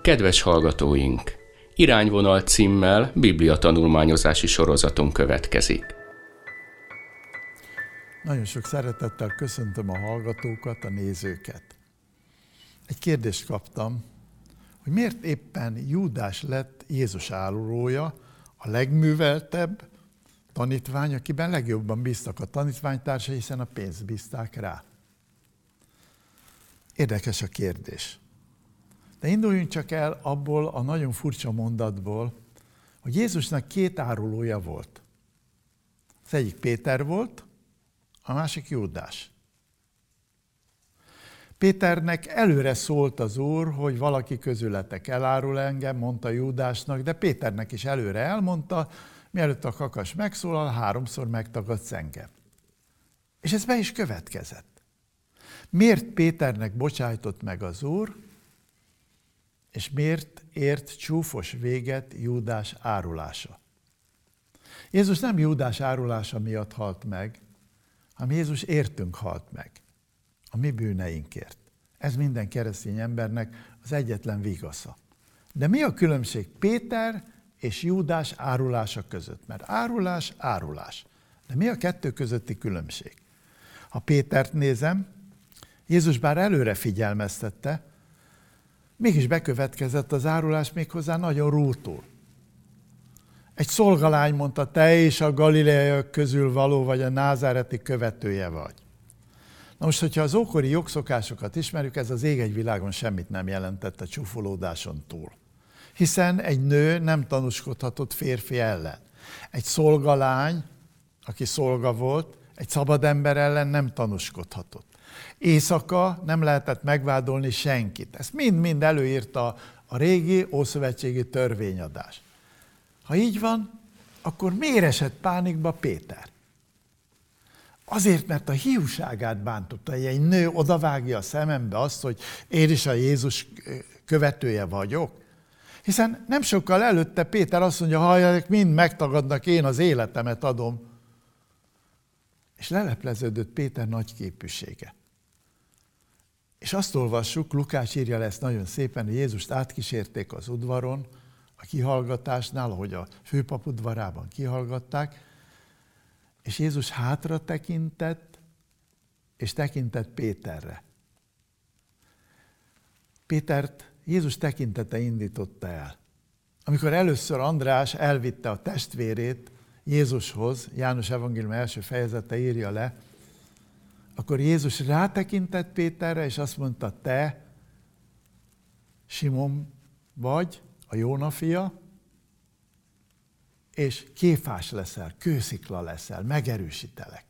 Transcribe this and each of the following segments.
Kedves hallgatóink! Irányvonal címmel Biblia tanulmányozási sorozatunk következik. Nagyon sok szeretettel köszöntöm a hallgatókat, a nézőket. Egy kérdést kaptam, hogy miért éppen Júdás lett Jézus árulója, a legműveltebb tanítvány, akiben legjobban bíztak a tanítványtársai, hiszen a pénzt bízták rá. Érdekes a kérdés. De induljunk csak el abból a nagyon furcsa mondatból, hogy Jézusnak két árulója volt. Az egyik Péter volt, a másik Júdás. Péternek előre szólt az Úr, hogy valaki közületek elárul engem, mondta Júdásnak, de Péternek is előre elmondta, mielőtt a kakas megszólal, 3-szor megtagadsz engem. És ez be is következett. Miért Péternek bocsájtott meg az Úr, és miért ért csúfos véget Júdás árulása? Jézus nem Júdás árulása miatt halt meg, hanem Jézus értünk halt meg, a mi bűneinkért. Ez minden keresztény embernek az egyetlen vigasza. De mi a különbség Péter és Júdás árulása között? Mert árulás, árulás. De mi a kettő közötti különbség? Ha Pétert nézem, Jézus bár előre figyelmeztette, mégis bekövetkezett az árulás méghozzá nagyon rútul. Egy szolgalány mondta, te is a galileaiak közül való vagy, a názáreti követője vagy. Na most, hogyha az ókori jogszokásokat ismerjük, ez az ég egy világon semmit nem jelentett a csúfolódáson túl. Hiszen egy nő nem tanúskodhatott férfi ellen. Egy szolgalány, aki szolga volt, egy szabad ember ellen nem tanúskodhatott. Éjszaka nem lehetett megvádolni senkit. Ezt mind-mind előírta a régi ószövetségi törvényadás. Ha így van, akkor miért esett pánikba Péter? Azért, mert a hiúságát bántotta, hogy egy nő odavágja a szemembe azt, hogy én is a Jézus követője vagyok. Hiszen nem sokkal előtte Péter azt mondja, ha mind megtagadnak, én az életemet adom. És lelepleződött Péter nagy képűsége. És azt olvassuk, Lukács írja le ezt nagyon szépen, hogy Jézust átkísérték az udvaron, a kihallgatásnál, ahogy a főpap udvarában kihallgatták, és Jézus hátra tekintett, és tekintett Péterre. Pétert Jézus tekintete indította el. Amikor először András elvitte a testvérét Jézushoz, János evangélium első fejezete írja le, akkor Jézus rátekintett Péterre, és azt mondta, te Simon vagy, a Jóna fia, és Kéfás leszel, kőszikla leszel, megerősítelek.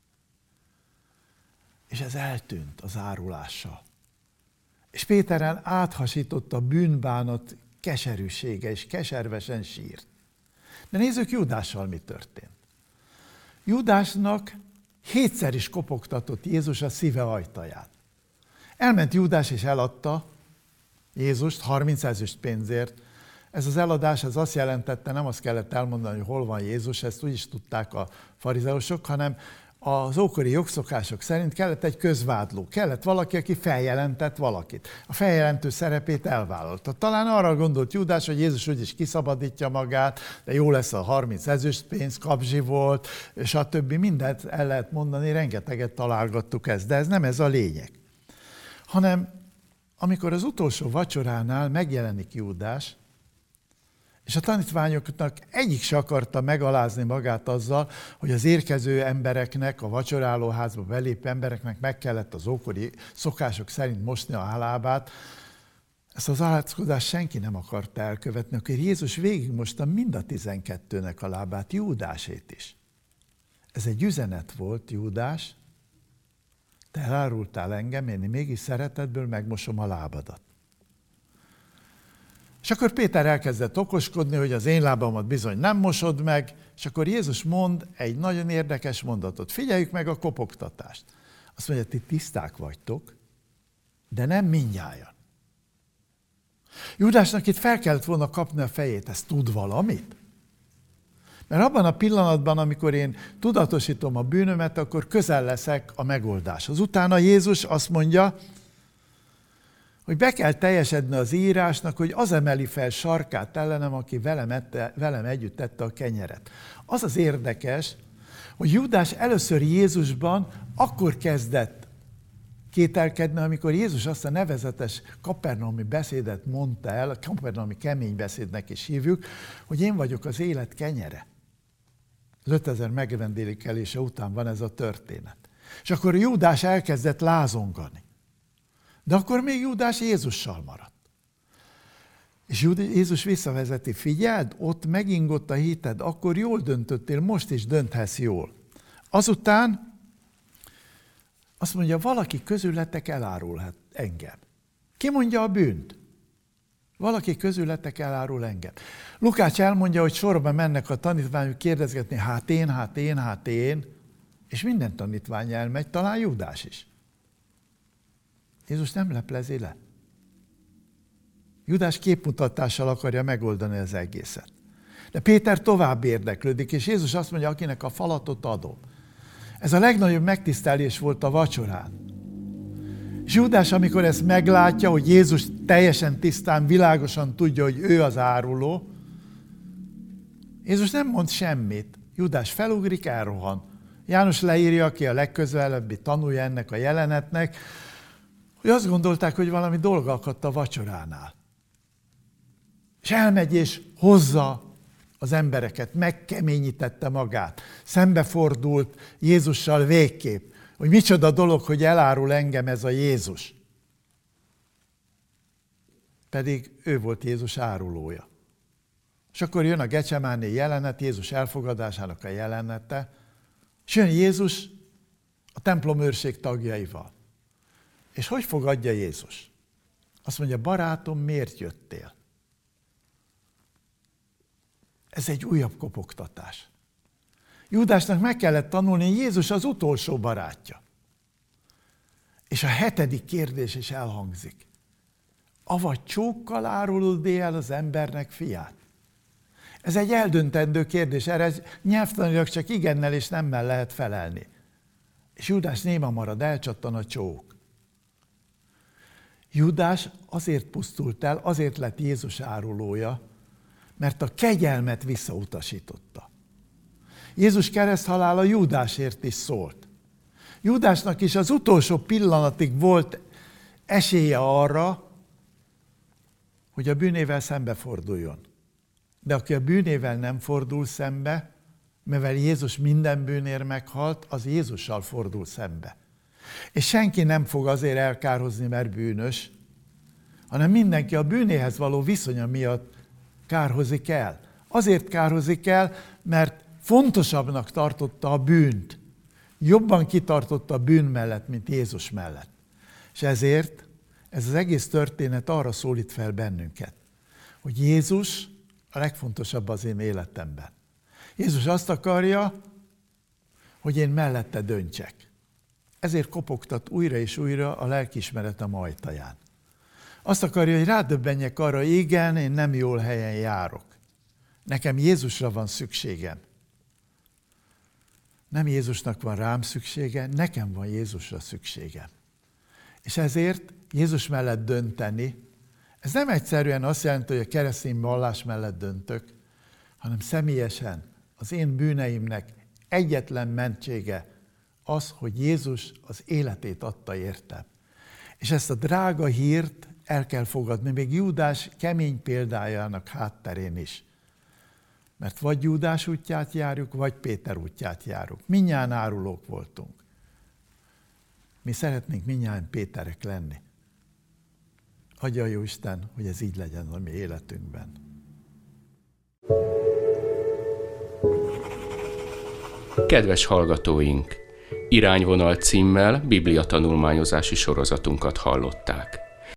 És ez eltűnt az árulással. És Péteren áthasított a bűnbánat keserűsége, és keservesen sírt. De nézzük Júdással mi történt. Júdásnak 7-szer is kopogtatott Jézus a szíve ajtaját. Elment Júdás és eladta Jézust 30 ezüst pénzért. Ez az eladás az azt jelentette, nem azt kellett elmondani, hogy hol van Jézus, ezt úgy is tudták a farizeusok, hanem az ókori jogszokások szerint kellett egy közvádló, kellett valaki, aki feljelentett valakit. A feljelentő szerepét elvállalta. Talán arra gondolt Júdás, hogy Jézus úgyis kiszabadítja magát, de jó lesz a 30 ezüstpénz, kapzsi volt, stb. Mindent el lehet mondani, rengeteget találgattuk ezt, de ez nem ez a lényeg. Hanem amikor az utolsó vacsoránál megjelenik Júdás, és a tanítványoknak egyik se akarta megalázni magát azzal, hogy az érkező embereknek, a vacsorálóházba belépő embereknek meg kellett az ókori szokások szerint mosni a lábát. Ezt az alázkodást senki nem akarta elkövetni, akkor Jézus végigmosta mind a 12-nek a lábát, Júdásét is. Ez egy üzenet volt, Júdás, te elárultál engem, én mégis szeretetből megmosom a lábadat. És akkor Péter elkezdett okoskodni, hogy az én lábamat bizony nem mosod meg, és akkor Jézus mond egy nagyon érdekes mondatot. Figyeljük meg a kopogtatást. Azt mondja, ti tiszták vagytok, de nem mindnyájan. Júdásnak itt fel kellett volna kapni a fejét, ez tud valamit? Mert abban a pillanatban, amikor én tudatosítom a bűnömet, akkor közel leszek a megoldáshoz. Utána Jézus azt mondja, hogy be kell teljesedni az írásnak, hogy az emeli fel sarkát ellenem, aki velem együtt tette a kenyeret. Az az érdekes, hogy Júdás először Jézusban akkor kezdett kételkedni, amikor Jézus azt a nevezetes kapernaumi beszédet mondta el, a kapernaumi kemény beszédnek is hívjuk, hogy én vagyok az élet kenyere. Az 5000 megvendélékelése után van ez a történet. És akkor Júdás elkezdett lázongani. De akkor még Júdás Jézussal maradt. És Jézus visszavezeti, figyeld, ott megingott a hited, akkor jól döntöttél, most is dönthetsz jól. Azután azt mondja, valaki közületek elárulhat engem. Ki mondja a bűnt? Valaki közületek elárul engem. Lukács elmondja, hogy sorba mennek a tanítványok kérdezgetni, hát én, és minden tanítvány elmegy, talán Júdás is. Jézus nem leplezi le. Júdás képmutatással akarja megoldani az egészet. De Péter tovább érdeklődik, és Jézus azt mondja, akinek a falatot adom. Ez a legnagyobb megtisztelés volt a vacsorán. És Júdás, amikor ezt meglátja, hogy Jézus teljesen tisztán, világosan tudja, hogy ő az áruló, Jézus nem mond semmit. Júdás felugrik, elrohan. János leírja, aki a legközelebbi tanulja ennek a jelenetnek, hogy azt gondolták, hogy valami dolga akadt a vacsoránál. És elmegy és hozza az embereket, megkeményítette magát, szembefordult Jézussal végképp, hogy micsoda dolog, hogy elárul engem ez a Jézus. Pedig ő volt Jézus árulója. És akkor jön a Gecsemáné jelenet, Jézus elfogadásának a jelenete, és jön Jézus a templomőrség tagjaival. És hogy fogadja Jézus? Azt mondja, barátom, miért jöttél? Ez egy újabb kopogtatás. Júdásnak meg kellett tanulni, hogy Jézus az utolsó barátja. És a 7. kérdés is elhangzik. Avagy csókkal árulod el az embernek fiát? Ez egy eldöntendő kérdés, erre nyelvtanilag csak igennel és nemmel lehet felelni. És Júdás néma marad, elcsattan a csók. Júdás azért pusztult el, azért lett Jézus árulója, mert a kegyelmet visszautasította. Jézus kereszthalála Júdásért is szólt. Júdásnak is az utolsó pillanatig volt esélye arra, hogy a bűnével szembeforduljon. De aki a bűnével nem fordul szembe, mivel Jézus minden bűnért meghalt, az Jézussal fordul szembe. És senki nem fog azért elkárhozni, mert bűnös, hanem mindenki a bűnéhez való viszonya miatt kárhozik el. Azért kárhozik el, mert fontosabbnak tartotta a bűnt. Jobban kitartotta a bűn mellett, mint Jézus mellett. És ezért ez az egész történet arra szólít fel bennünket, hogy Jézus a legfontosabb az én életemben. Jézus azt akarja, hogy én mellette döntsek. Ezért kopogtat újra és újra a lelkiismeretem ajtaján. Azt akarja, hogy rádöbbenjek arra, igen, én nem jól helyen járok. Nekem Jézusra van szükségem. Nem Jézusnak van rám szüksége, nekem van Jézusra szükségem. És ezért Jézus mellett dönteni, ez nem egyszerűen azt jelenti, hogy a keresztény vallás mellett döntök, hanem személyesen az én bűneimnek egyetlen mentsége az, hogy Jézus az életét adta értem. És ezt a drága hírt el kell fogadni, még Júdás kemény példájának hátterén is. Mert vagy Júdás útját járjuk, vagy Péter útját járjuk. Mindnyájan árulók voltunk. Mi szeretnénk mindnyájan Péterek lenni. Adja a Jóisten, hogy ez így legyen a mi életünkben. Kedves hallgatóink! Irányvonal címmel bibliatanulmányozási sorozatunkat hallották.